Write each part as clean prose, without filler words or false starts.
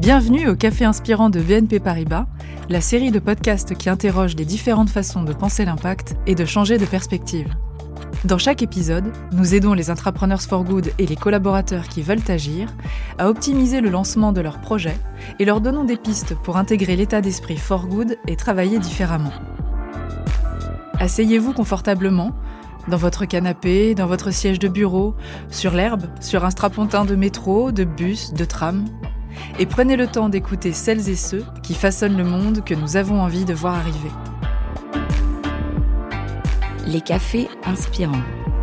Bienvenue au Café Inspirant de BNP Paribas, la série de podcasts qui interroge les différentes façons de penser l'impact et de changer de perspective. Dans chaque épisode, nous aidons les Entrepreneurs for Good et les collaborateurs qui veulent agir à optimiser le lancement de leurs projets et leur donnons des pistes pour intégrer l'état d'esprit for good et travailler différemment. Asseyez-vous confortablement, dans votre canapé, dans votre siège de bureau, sur l'herbe, sur un strapontin de métro, de bus, de tram, et prenez le temps d'écouter celles et ceux qui façonnent le monde que nous avons envie de voir arriver. Les cafés inspirants.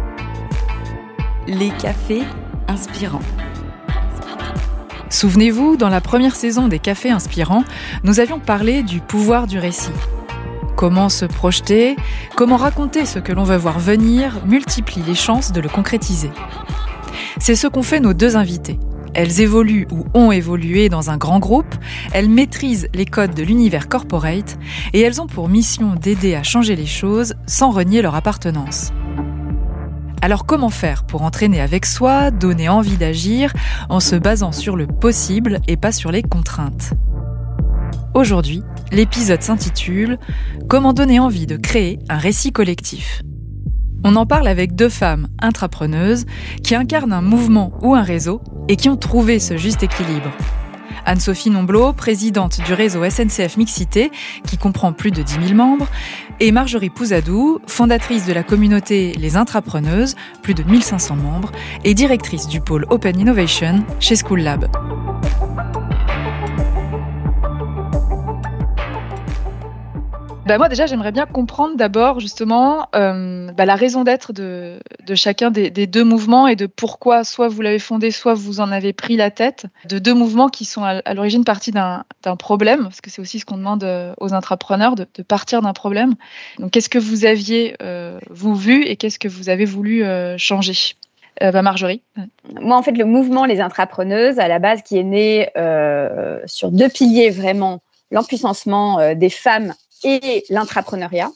Les cafés inspirants. Souvenez-vous, dans la première saison des Cafés Inspirants, nous avions parlé du pouvoir du récit. Comment se projeter, comment raconter ce que l'on veut voir venir multiplie les chances de le concrétiser. C'est ce qu'ont fait nos deux invités. Elles évoluent ou ont évolué dans un grand groupe, elles maîtrisent les codes de l'univers corporate et elles ont pour mission d'aider à changer les choses sans renier leur appartenance. Alors comment faire pour entraîner avec soi, donner envie d'agir en se basant sur le possible et pas sur les contraintes ? Aujourd'hui, l'épisode s'intitule « Comment donner envie de créer un récit collectif ?» On en parle avec deux femmes intrapreneuses qui incarnent un mouvement ou un réseau et qui ont trouvé ce juste équilibre. Anne-Sophie Nomblot, présidente du réseau SNCF Mixité, qui comprend plus de 10 000 membres, et Marjorie Pouzadou, fondatrice de la communauté Les Intrapreneuses, plus de 1500 membres, et directrice du pôle Open Innovation chez School Lab. Moi déjà j'aimerais bien comprendre d'abord justement la raison d'être de chacun des deux mouvements et de pourquoi soit vous l'avez fondé, soit vous en avez pris la tête, de deux mouvements qui sont à l'origine partis d'un problème, parce que c'est aussi ce qu'on demande aux intrapreneurs, de partir d'un problème. Donc qu'est-ce que vous aviez vous vu et qu'est-ce que vous avez voulu changer ? Marjorie. Moi, en fait, le mouvement Les Intrapreneuses, à la base, qui est né sur deux piliers vraiment, l'empuissancement des femmes et l'intrapreneuriat.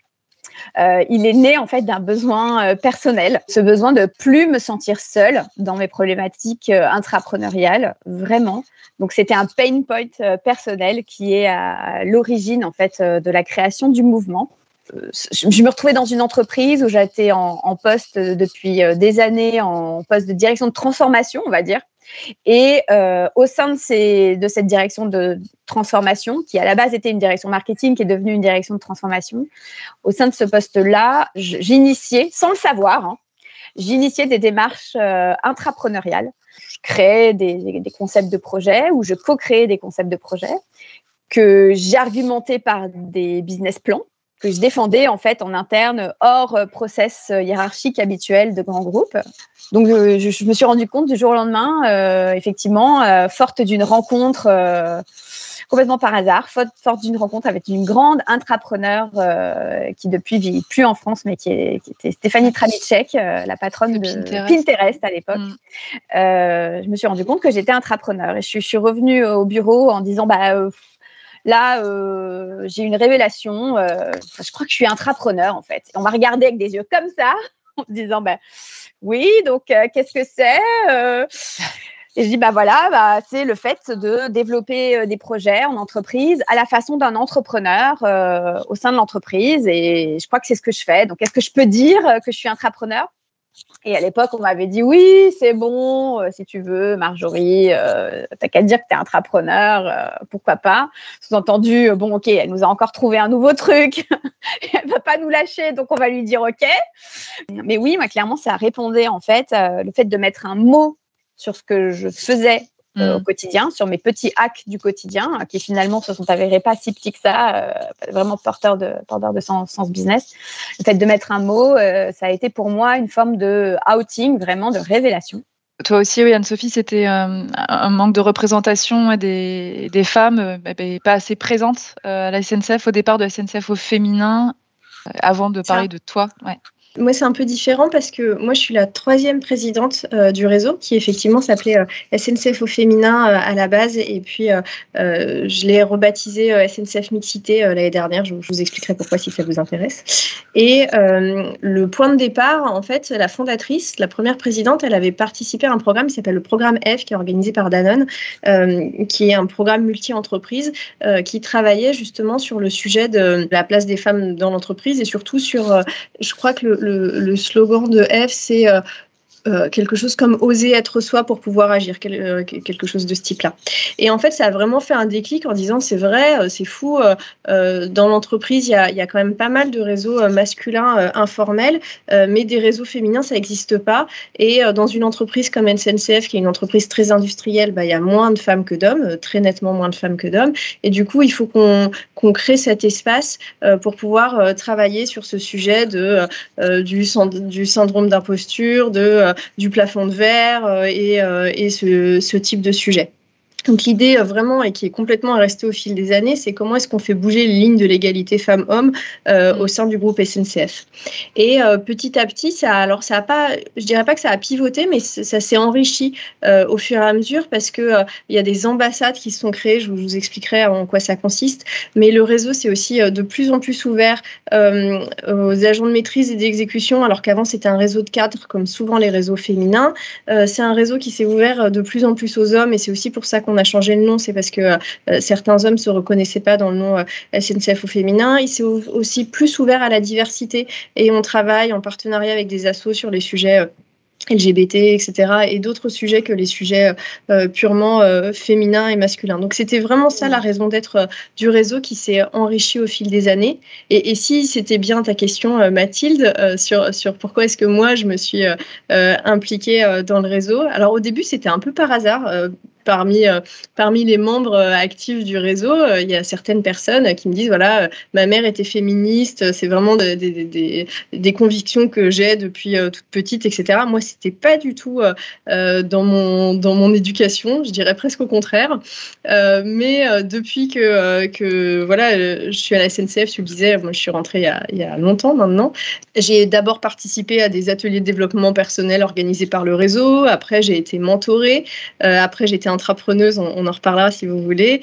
Il est né en fait d'un besoin personnel, ce besoin de plus me sentir seule dans mes problématiques intrapreneuriales, vraiment. Donc c'était un pain point personnel qui est à l'origine en fait de la création du mouvement. Je me retrouvais dans une entreprise où j'étais en poste depuis des années, en poste de direction de transformation, on va dire. Et au sein de cette direction de transformation, qui à la base était une direction marketing, qui est devenue une direction de transformation, au sein de ce poste-là, j'initiais, sans le savoir, j'initiais des démarches intrapreneuriales. Je créais des concepts de projets ou je co-créais des concepts de projets que j'argumentais par des business plans que je défendais en fait en interne, hors process hiérarchique habituel de grands groupes. Donc, je me suis rendu compte du jour au lendemain, effectivement, forte d'une rencontre complètement par hasard, forte d'une rencontre avec une grande intrapreneur qui depuis vit plus en France, mais qui était Stéphanie Tranicek, la patronne de Pinterest à l'époque. Je me suis rendu compte que j'étais intrapreneur et je suis revenue au bureau en disant là, j'ai une révélation. Je crois que je suis intrapreneur, en fait. On m'a regardé avec des yeux comme ça, en se disant, oui, donc qu'est-ce que c'est Et je dis, c'est le fait de développer des projets en entreprise à la façon d'un entrepreneur au sein de l'entreprise. Et je crois que c'est ce que je fais. Donc, est-ce que je peux dire que je suis intrapreneur ? Et à l'époque, on m'avait dit, oui, c'est bon, si tu veux, Marjorie, t'as qu'à dire que t'es intrapreneur, pourquoi pas. Sous-entendu, ok, elle nous a encore trouvé un nouveau truc, elle va pas nous lâcher, donc on va lui dire ok. Mais oui, moi, clairement, ça répondait, en fait, le fait de mettre un mot sur ce que je faisais au quotidien, sur mes petits hacks du quotidien, qui finalement se sont avérés pas si petits que ça, vraiment porteurs de sens business. Le fait de mettre un mot, ça a été pour moi une forme de outing, vraiment de révélation. Toi aussi, oui, Anne-Sophie, c'était un manque de représentation des femmes pas assez présentes à la SNCF, au départ de la SNCF au féminin, avant de parler de toi. Ouais. Moi, c'est un peu différent parce que moi, je suis la 3e présidente du réseau qui, effectivement, s'appelait SNCF au féminin à la base. Et puis, je l'ai rebaptisé SNCF Mixité l'année dernière. Je vous expliquerai pourquoi si ça vous intéresse. Et le point de départ, en fait, la fondatrice, la première présidente, elle avait participé à un programme qui s'appelle le programme F, qui est organisé par Danone, qui est un programme multi-entreprise qui travaillait justement sur le sujet de la place des femmes dans l'entreprise et surtout sur, je crois que le slogan de F, c'est quelque chose comme oser être soi pour pouvoir agir, quelque chose de ce type-là. Et en fait, ça a vraiment fait un déclic en disant c'est vrai, c'est fou, dans l'entreprise, il y a quand même pas mal de réseaux masculins informels, mais des réseaux féminins, ça n'existe pas. Et dans une entreprise comme SNCF, qui est une entreprise très industrielle, il y a moins de femmes que d'hommes, très nettement moins de femmes que d'hommes. Et du coup, il faut qu'on crée cet espace pour pouvoir travailler sur ce sujet du syndrome d'imposture, du plafond de verre et ce type de sujet. Donc l'idée vraiment, et qui est complètement restée au fil des années, c'est comment est-ce qu'on fait bouger les lignes de l'égalité femmes-hommes au sein du groupe SNCF. Et petit à petit, ça a pas, je dirais pas que ça a pivoté, mais ça s'est enrichi au fur et à mesure parce que il y a des ambassades qui se sont créées. Je vous expliquerai en quoi ça consiste. Mais le réseau, c'est aussi de plus en plus ouvert aux agents de maîtrise et d'exécution, alors qu'avant c'était un réseau de cadres, comme souvent les réseaux féminins. C'est un réseau qui s'est ouvert de plus en plus aux hommes, et c'est aussi pour ça qu'on a changé le nom, c'est parce que certains hommes ne se reconnaissaient pas dans le nom SNCF au féminin. Il s'est aussi plus ouvert à la diversité et on travaille en partenariat avec des assos sur les sujets LGBT, etc. et d'autres sujets que les sujets purement féminins et masculins. Donc c'était vraiment ça la raison d'être du réseau qui s'est enrichi au fil des années. Et si c'était bien ta question, Mathilde, sur pourquoi est-ce que moi je me suis impliquée dans le réseau. Alors au début c'était un peu par hasard. Parmi les membres actifs du réseau, il y a certaines personnes qui me disent voilà, ma mère était féministe, c'est vraiment des convictions que j'ai depuis toute petite, etc. Moi, c'était pas du tout dans mon éducation, je dirais presque au contraire. Mais depuis que voilà, je suis à la SNCF, tu le disais, moi je suis rentrée il y a longtemps maintenant. J'ai d'abord participé à des ateliers de développement personnel organisés par le réseau. Après, j'ai été mentorée. Après, j'ai été entrepreneuse, on en reparlera si vous voulez.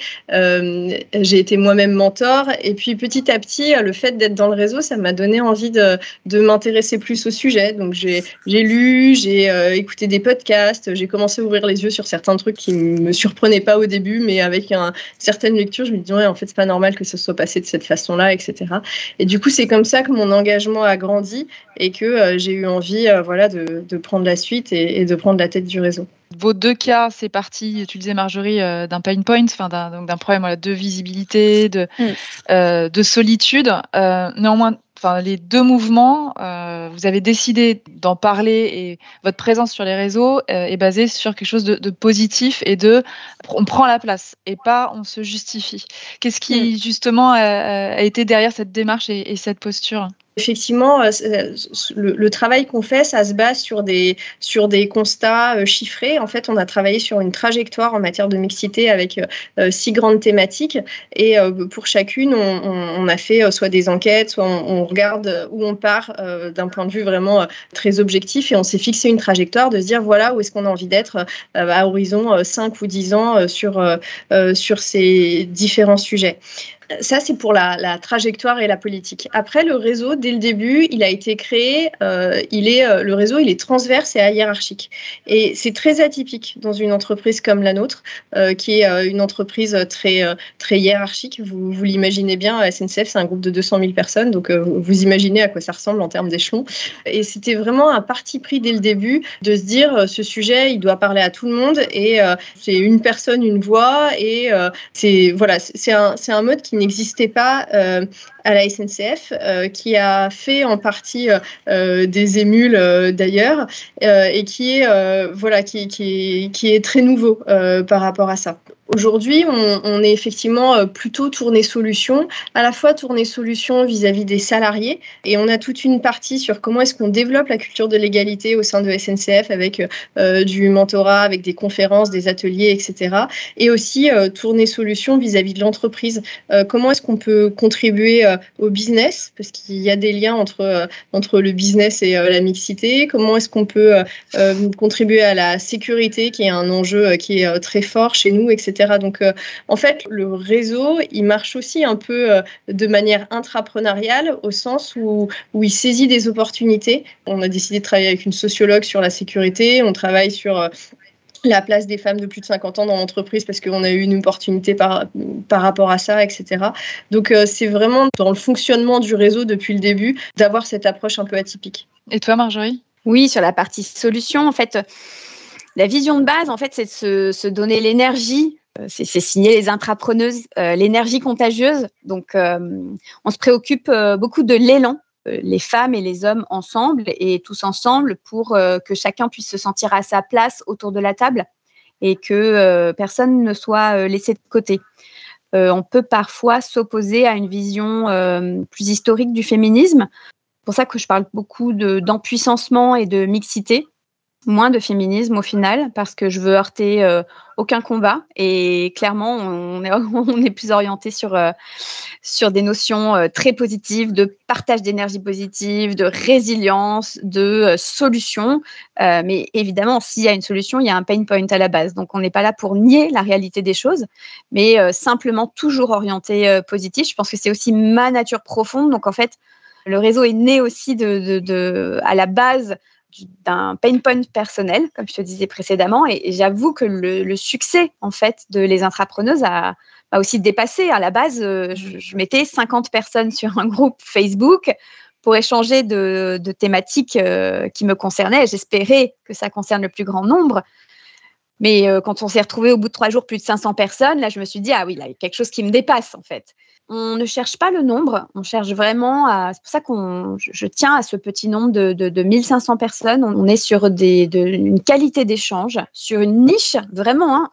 J'ai été moi-même mentor. Et puis, petit à petit, le fait d'être dans le réseau, ça m'a donné envie de m'intéresser plus au sujet. Donc, j'ai lu, j'ai écouté des podcasts, j'ai commencé à ouvrir les yeux sur certains trucs qui ne me surprenaient pas au début, mais avec certaine lecture, je me disais, ouais, en fait, c'est pas normal que ça soit passé de cette façon-là, etc. Et du coup, c'est comme ça que mon engagement a grandi et que j'ai eu envie voilà, de prendre la suite et de prendre la tête du réseau. Vos deux cas, c'est parti, tu le disais Marjorie, d'un pain point, d'un problème voilà, de visibilité, de solitude. Néanmoins, les deux mouvements, vous avez décidé d'en parler et votre présence sur les réseaux est basée sur quelque chose de positif et on prend la place et pas on se justifie. Qu'est-ce qui justement a été derrière cette démarche et cette posture ? Effectivement, le travail qu'on fait, ça se base sur des constats chiffrés. En fait, on a travaillé sur une trajectoire en matière de mixité avec 6 grandes thématiques. Et pour chacune, on a fait soit des enquêtes, soit on regarde où on part d'un point de vue vraiment très objectif. Et on s'est fixé une trajectoire de se dire, voilà, où est-ce qu'on a envie d'être à horizon 5 ou 10 ans sur ces différents sujets. Ça, c'est pour la trajectoire et la politique. Après, le réseau, dès le début, il a été créé, le réseau, il est transverse et ahiérarchique. Et c'est très atypique dans une entreprise comme la nôtre, qui est une entreprise très, très hiérarchique. Vous l'imaginez bien, SNCF, c'est un groupe de 200 000 personnes, donc vous imaginez à quoi ça ressemble en termes d'échelons. Et c'était vraiment un parti pris dès le début de se dire, ce sujet, il doit parler à tout le monde, et c'est une personne, une voix, et c'est un mode qui n'existait pas à la SNCF, qui a fait en partie des émules d'ailleurs, et qui est très nouveau par rapport à ça. Aujourd'hui, on est effectivement plutôt tourné solution, à la fois tourné solution vis-à-vis des salariés, et on a toute une partie sur comment est-ce qu'on développe la culture de l'égalité au sein de SNCF avec du mentorat, avec des conférences, des ateliers, etc. Et aussi tourné solution vis-à-vis de l'entreprise. Comment est-ce qu'on peut contribuer au business, parce qu'il y a des liens entre le business et la mixité. Comment est-ce qu'on peut contribuer à la sécurité, qui est un enjeu qui est très fort chez nous, etc. Donc, en fait, le réseau, il marche aussi un peu de manière intrapreneuriale, au sens où il saisit des opportunités. On a décidé de travailler avec une sociologue sur la sécurité. On travaille sur la place des femmes de plus de 50 ans dans l'entreprise parce qu'on a eu une opportunité par rapport à ça, etc. Donc, c'est vraiment dans le fonctionnement du réseau depuis le début d'avoir cette approche un peu atypique. Et toi, Marjorie ? Oui, sur la partie solution, en fait, la vision de base, en fait, c'est de se donner l'énergie. C'est signer les intrapreneuses, l'énergie contagieuse. Donc, on se préoccupe beaucoup de l'élan, les femmes et les hommes ensemble et tous ensemble pour que chacun puisse se sentir à sa place autour de la table et que personne ne soit laissé de côté. On peut parfois s'opposer à une vision plus historique du féminisme. C'est pour ça que je parle beaucoup d'empuissancement et de mixité. Moins de féminisme au final, parce que je veux heurter aucun combat. Et clairement, on est plus orienté sur des notions très positives, de partage d'énergie positive, de résilience, de solution. Mais évidemment, s'il y a une solution, il y a un pain point à la base. Donc, on n'est pas là pour nier la réalité des choses, mais simplement toujours orienté positif. Je pense que c'est aussi ma nature profonde. Donc, en fait, le réseau est né aussi à la base d'un pain point personnel, comme je te disais précédemment, et j'avoue que le succès en fait de Les Intrapreneuses m'a aussi dépassé. À la base, je mettais 50 personnes sur un groupe Facebook pour échanger de thématiques qui me concernaient. J'espérais que ça concerne le plus grand nombre. Mais quand on s'est retrouvés au bout de 3 jours, plus de 500 personnes, là, je me suis dit, ah oui, là, il y a quelque chose qui me dépasse, en fait. On ne cherche pas le nombre, on cherche vraiment c'est pour ça que je tiens à ce petit nombre de 1500 personnes. On est sur une qualité d'échange, sur une niche, vraiment.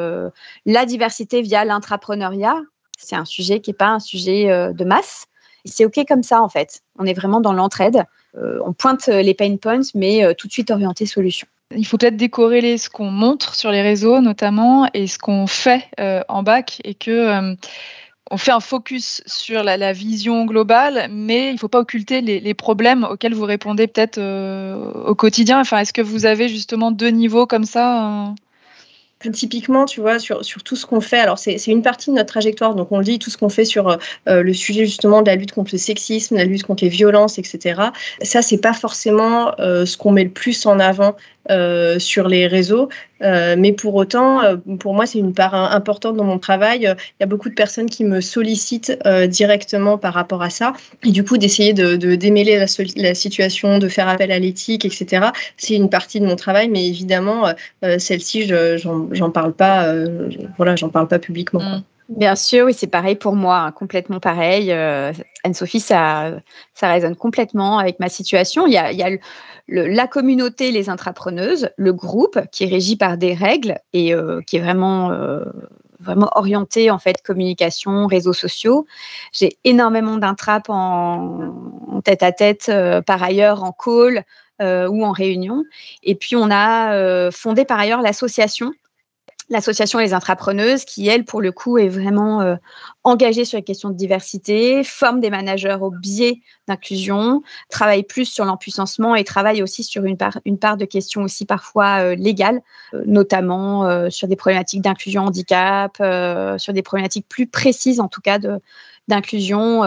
La diversité via l'intrapreneuriat, c'est un sujet qui n'est pas un sujet de masse. Et c'est OK comme ça, en fait. On est vraiment dans l'entraide. On pointe les pain points, mais tout de suite orienté solution. Il faut peut-être décorréler ce qu'on montre sur les réseaux, notamment, et ce qu'on fait en bac, et que on fait un focus sur la vision globale, mais il ne faut pas occulter les problèmes auxquels vous répondez peut-être au quotidien. Enfin, est-ce que vous avez justement 2 niveaux comme ça Typiquement, tu vois, sur tout ce qu'on fait, alors c'est une partie de notre trajectoire, donc on le dit, tout ce qu'on fait sur le sujet justement de la lutte contre le sexisme, la lutte contre les violences, etc. Ça, c'est pas forcément ce qu'on met le plus en avant sur les réseaux, mais pour autant, pour moi, c'est une part importante dans mon travail. Il y a beaucoup de personnes qui me sollicitent directement par rapport à ça, et du coup, d'essayer de démêler la situation, de faire appel à l'éthique, etc. C'est une partie de mon travail, mais évidemment, celle-ci, j'en parle pas, j'en parle pas publiquement. Quoi. Bien sûr, oui, c'est pareil pour moi, hein, complètement pareil. Anne-Sophie, ça résonne complètement avec ma situation. Il y a la communauté Les Intrapreneuses, le groupe qui est régi par des règles et qui est vraiment orienté en fait communication, réseaux sociaux. J'ai énormément d'intrap en tête-à-tête, par ailleurs en call ou en réunion. Et puis on a fondé par ailleurs l'association Les Intrapreneuses, qui, elle, pour le coup, est vraiment engagée sur les questions de diversité, forme des managers au biais d'inclusion, travaille plus sur l'empuissancement et travaille aussi sur une part de questions aussi parfois légales, notamment sur des problématiques d'inclusion handicap, sur des problématiques plus précises, en tout cas, d'inclusion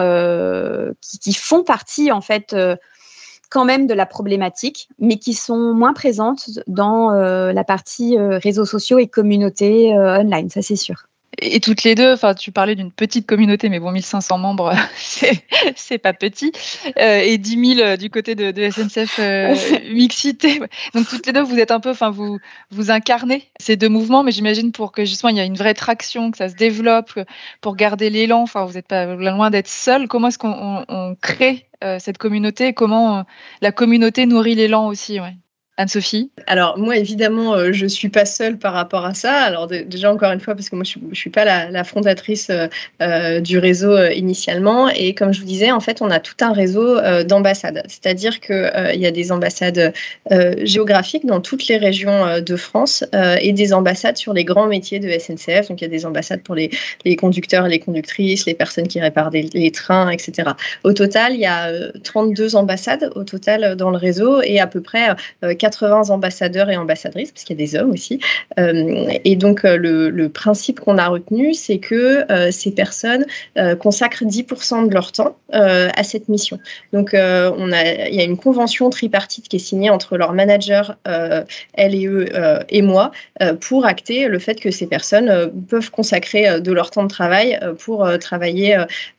qui font partie, en fait, quand même de la problématique, mais qui sont moins présentes dans la partie réseaux sociaux et communauté online, ça c'est sûr. Et toutes les deux, enfin, tu parlais d'une petite communauté, mais bon, 1500 membres, c'est pas petit, et 10 000 du côté de SNCF Mixité. Donc toutes les deux, vous êtes un peu, enfin, vous incarnez ces 2 mouvements, mais j'imagine pour que justement il y a une vraie traction, que ça se développe, pour garder l'élan. Enfin, vous n'êtes pas loin d'être seul. Comment est-ce qu'on crée cette communauté et comment la communauté nourrit l'élan aussi, ouais. Anne-Sophie? Alors moi, évidemment, je suis pas seule par rapport à ça. Alors déjà, encore une fois, parce que moi, je suis pas la fondatrice du réseau initialement. Et comme je vous disais, en fait, on a tout un réseau d'ambassades. C'est-à-dire qu'il y a des ambassades géographiques dans toutes les régions de France et des ambassades sur les grands métiers de SNCF. Donc il y a des ambassades pour les conducteurs et les conductrices, les personnes qui réparent les trains, etc. Au total, il y a 32 ambassades au total dans le réseau et à peu près 80 ambassadeurs et ambassadrices, parce qu'il y a des hommes aussi. Et donc, le principe qu'on a retenu, c'est que ces personnes consacrent 10% de leur temps à cette mission. Donc, il y a une convention tripartite qui est signée entre leur manager, elle et eux, et moi, pour acter le fait que ces personnes peuvent consacrer de leur temps de travail pour travailler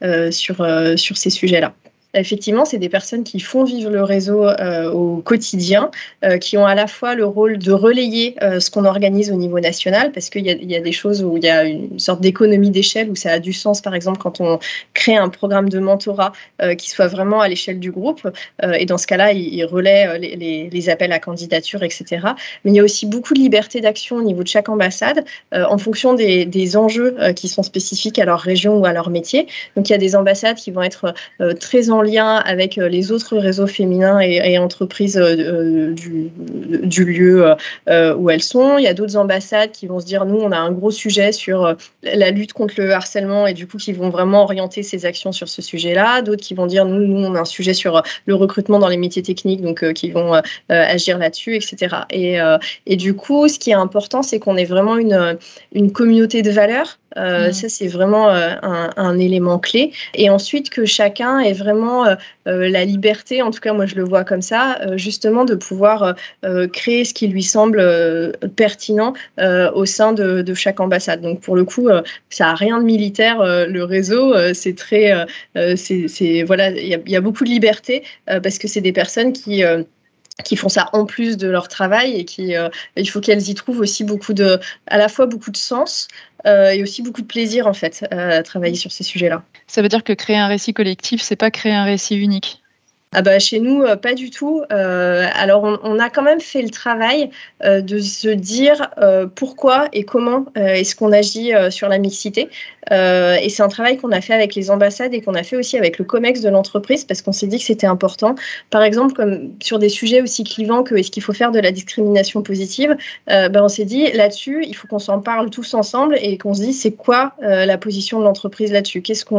sur ces sujets-là. Effectivement, c'est des personnes qui font vivre le réseau au quotidien, qui ont à la fois le rôle de relayer ce qu'on organise au niveau national, parce qu'il y a des choses où il y a une sorte d'économie d'échelle, où ça a du sens, par exemple, quand on crée un programme de mentorat qui soit vraiment à l'échelle du groupe, et dans ce cas-là, ils relaient les appels à candidature, etc. Mais il y a aussi beaucoup de liberté d'action au niveau de chaque ambassade, en fonction des enjeux qui sont spécifiques à leur région ou à leur métier. Donc, il y a des ambassades qui vont être très en lien avec les autres réseaux féminins et entreprises du lieu où elles sont. Il y a d'autres ambassades qui vont se dire, nous, on a un gros sujet sur la lutte contre le harcèlement et du coup, qui vont vraiment orienter ces actions sur ce sujet-là. D'autres qui vont dire, nous, on a un sujet sur le recrutement dans les métiers techniques, donc qui vont agir là-dessus, etc. Et du coup, ce qui est important, c'est qu'on ait vraiment une communauté de valeurs. Ça, c'est vraiment un élément clé. Et ensuite, que chacun ait vraiment la liberté, en tout cas, moi, je le vois comme ça, justement, de pouvoir créer ce qui lui semble pertinent au sein de chaque ambassade. Donc, pour le coup, ça n'a rien de militaire, le réseau. C'est très... voilà, il y a beaucoup de liberté parce que c'est des personnes qui font ça en plus de leur travail et il faut qu'elles y trouvent aussi à la fois beaucoup de sens et aussi beaucoup de plaisir en fait à travailler sur ces sujets-là. Ça veut dire que créer un récit collectif, c'est pas créer un récit unique? Ah bah, chez nous, pas du tout. Alors, on a quand même fait le travail de se dire pourquoi et comment est-ce qu'on agit sur la mixité. Et c'est un travail qu'on a fait avec les ambassades et qu'on a fait aussi avec le COMEX de l'entreprise parce qu'on s'est dit que c'était important. Par exemple, comme sur des sujets aussi clivants que est-ce qu'il faut faire de la discrimination positive, on s'est dit là-dessus, il faut qu'on s'en parle tous ensemble et qu'on se dise c'est quoi la position de l'entreprise là-dessus.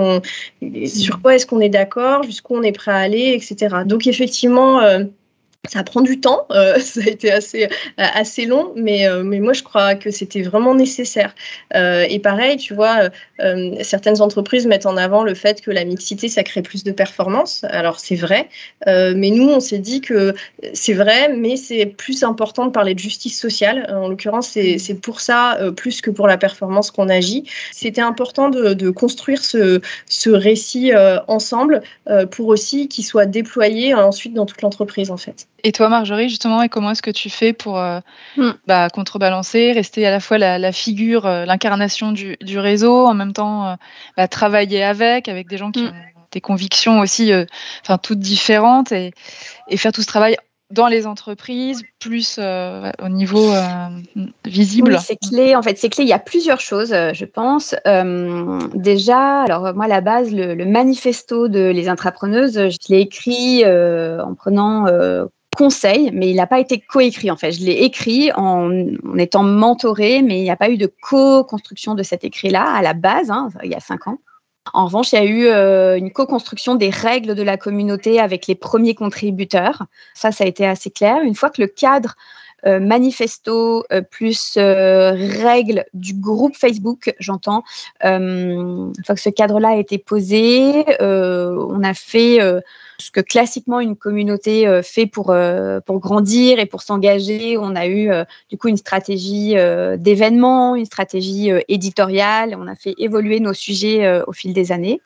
Sur quoi est-ce qu'on est d'accord, jusqu'où on est prêt à aller, etc. Donc effectivement, ça prend du temps, ça a été assez long, mais moi je crois que c'était vraiment nécessaire. Et pareil, tu vois, certaines entreprises mettent en avant le fait que la mixité, ça crée plus de performance. Alors c'est vrai, mais nous on s'est dit que c'est vrai, mais c'est plus important de parler de justice sociale. En l'occurrence, c'est pour ça, plus que pour la performance qu'on agit. C'était important de construire ce récit ensemble pour aussi qu'il soit déployé ensuite dans toute l'entreprise en fait. Et toi, Marjorie, justement, et comment est-ce que tu fais pour contrebalancer, rester à la fois la figure, l'incarnation du réseau, en même temps travailler avec des gens qui ont des convictions aussi toutes différentes et faire tout ce travail dans les entreprises, plus au niveau visible? Oui, c'est clé. En fait, c'est clé. Il y a plusieurs choses, je pense. Déjà, alors moi, à la base, le manifesto de Les Intrapreneuses, je l'ai écrit en prenant conseil, mais il n'a pas été coécrit. En fait, je l'ai écrit en étant mentorée, mais il n'y a pas eu de co-construction de cet écrit-là à la base, il y a 5 ans. En revanche, il y a eu une co-construction des règles de la communauté avec les premiers contributeurs. Ça a été assez clair. Une fois que le cadre manifesto plus règles du groupe Facebook, j'entends, une fois que ce cadre-là a été posé, on a fait ce que classiquement une communauté fait pour grandir et pour s'engager. On a eu du coup une stratégie d'événements, une stratégie éditoriale. On a fait évoluer nos sujets au fil des années.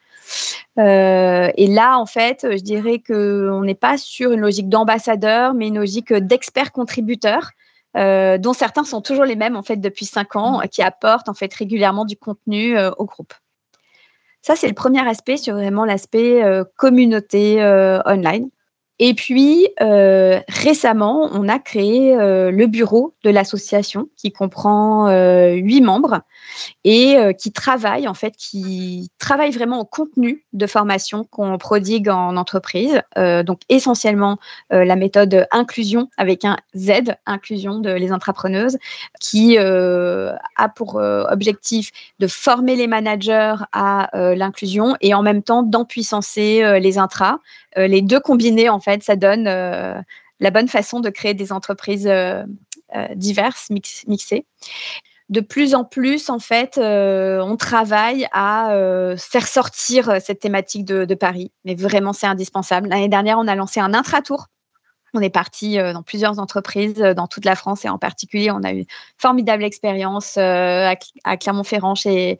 Et là, en fait, je dirais qu'on n'est pas sur une logique d'ambassadeur, mais une logique d'experts-contributeurs, dont certains sont toujours les mêmes en fait depuis 5 ans, qui apportent en fait régulièrement du contenu au groupe. Ça, c'est le premier aspect sur vraiment l'aspect communauté online. Et puis, récemment, on a créé le bureau de l'association qui comprend 8 membres et qui travaille vraiment au contenu de formation qu'on prodigue en entreprise. Donc, essentiellement, la méthode inclusion avec un Z, inclusion de les intrapreneuses, qui a pour objectif de former les managers à l'inclusion et en même temps d'empuissancer les intras. Les deux combinés, en fait, ça donne la bonne façon de créer des entreprises diverses, mixées. De plus en plus, en fait, on travaille à faire sortir cette thématique de Paris. Mais vraiment, c'est indispensable. L'année dernière, on a lancé un intra-tour. On est parti dans plusieurs entreprises dans toute la France et en particulier, on a eu une formidable expérience à Clermont-Ferrand chez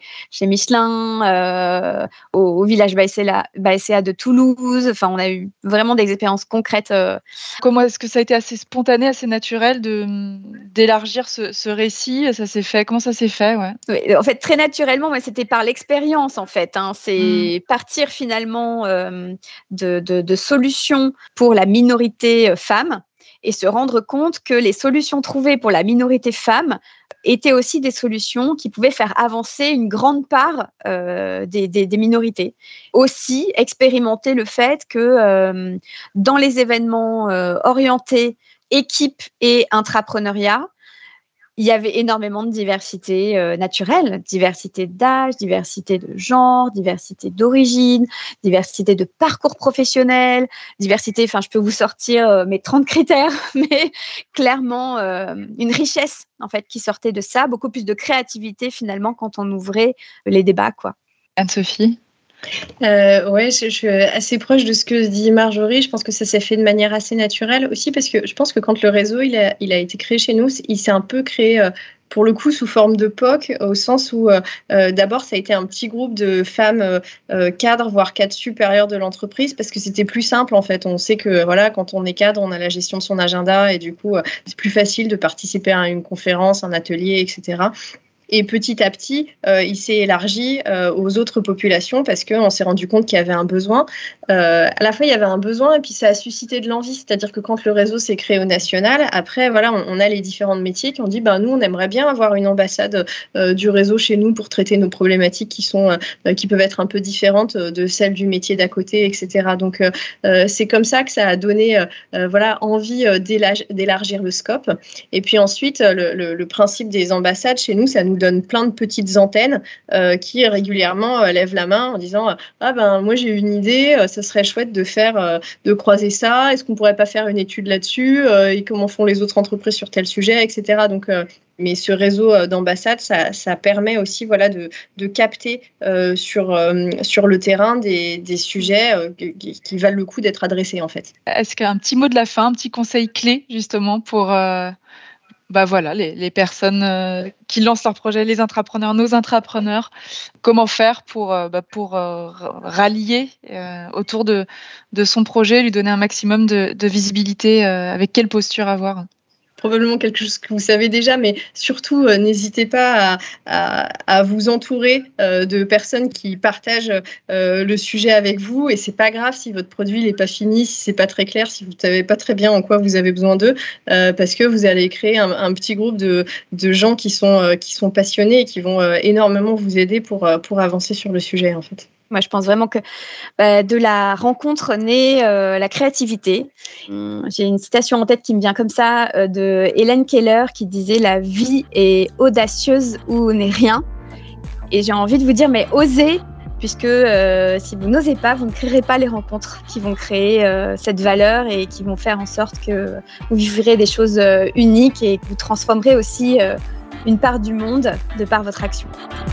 Michelin, au village Baïséa de Toulouse. Enfin, on a eu vraiment des expériences concrètes. Comment est-ce que ça a été assez spontané, assez naturel d'élargir ce récit? Ça s'est fait. Comment ça s'est fait? Ouais. Oui, en fait, très naturellement, mais c'était par l'expérience en fait. C'est partir finalement de solutions pour la minorité femmes et se rendre compte que les solutions trouvées pour la minorité femme étaient aussi des solutions qui pouvaient faire avancer une grande part des minorités. Aussi, expérimenter le fait que dans les événements orientés équipe et intrapreneuriat, il y avait énormément de diversité naturelle, diversité d'âge, diversité de genre, diversité d'origine, diversité de parcours professionnel, diversité, enfin, je peux vous sortir mes 30 critères, mais clairement, une richesse, en fait, qui sortait de ça, beaucoup plus de créativité, finalement, quand on ouvrait les débats, quoi. Anne-Sophie? Ouais, je suis assez proche de ce que dit Marjorie. Je pense que ça s'est fait de manière assez naturelle aussi parce que je pense que quand le réseau il a été créé chez nous, il s'est un peu créé pour le coup sous forme de POC au sens où d'abord ça a été un petit groupe de femmes cadres voire cadres supérieurs de l'entreprise parce que c'était plus simple en fait. On sait que voilà, quand on est cadre, on a la gestion de son agenda et du coup c'est plus facile de participer à une conférence, un atelier, etc. Et petit à petit, il s'est élargi aux autres populations parce qu'on s'est rendu compte qu'il y avait un besoin. À la fois, il y avait un besoin et puis ça a suscité de l'envie. C'est-à-dire que quand le réseau s'est créé au national, après, voilà, on a les différents métiers qui ont dit nous, on aimerait bien avoir une ambassade du réseau chez nous pour traiter nos problématiques qui peuvent être un peu différentes de celles du métier d'à côté, etc. Donc, c'est comme ça que ça a donné envie d'élargir le scope. Et puis ensuite, le principe des ambassades chez nous, ça nous donne plein de petites antennes qui régulièrement lèvent la main en disant moi j'ai une idée, ça serait chouette de croiser ça, est-ce qu'on pourrait pas faire une étude là-dessus et comment font les autres entreprises sur tel sujet, etc. Donc mais ce réseau d'ambassades, ça permet aussi de capter sur le terrain des sujets qui valent le coup d'être adressés en fait. Est-ce qu'il y a un petit mot de la fin, un petit conseil clé justement pour les personnes qui lancent leur projet, les intrapreneurs, nos intrapreneurs, comment faire pour rallier autour de son projet, lui donner un maximum de visibilité, avec quelle posture avoir? Probablement quelque chose que vous savez déjà, mais surtout, n'hésitez pas à vous entourer de personnes qui partagent le sujet avec vous. Et c'est pas grave si votre produit n'est pas fini, si c'est pas très clair, si vous ne savez pas très bien en quoi vous avez besoin d'eux, parce que vous allez créer un petit groupe de gens qui sont passionnés et qui vont énormément vous aider pour avancer sur le sujet, en fait. Moi, je pense vraiment que de la rencontre naît la créativité. J'ai une citation en tête qui me vient comme ça de Hélène Keller qui disait « La vie est audacieuse ou n'est rien ». Et j'ai envie de vous dire, mais osez, puisque si vous n'osez pas, vous ne créerez pas les rencontres qui vont créer cette valeur et qui vont faire en sorte que vous vivrez des choses uniques et que vous transformerez aussi une part du monde de par votre action.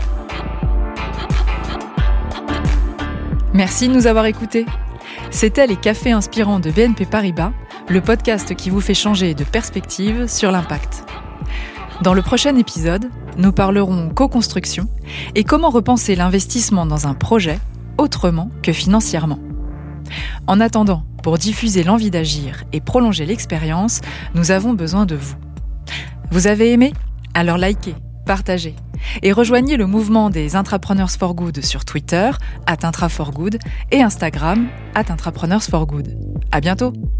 Merci de nous avoir écoutés. C'était les Cafés Inspirants de BNP Paribas, le podcast qui vous fait changer de perspective sur l'impact. Dans le prochain épisode, nous parlerons co-construction et comment repenser l'investissement dans un projet autrement que financièrement. En attendant, pour diffuser l'envie d'agir et prolonger l'expérience, nous avons besoin de vous. Vous avez aimé ? Alors likez, partagez et rejoignez le mouvement des Intrapreneurs for Good sur Twitter @intraforgood et Instagram @intrapreneursforgood. À bientôt.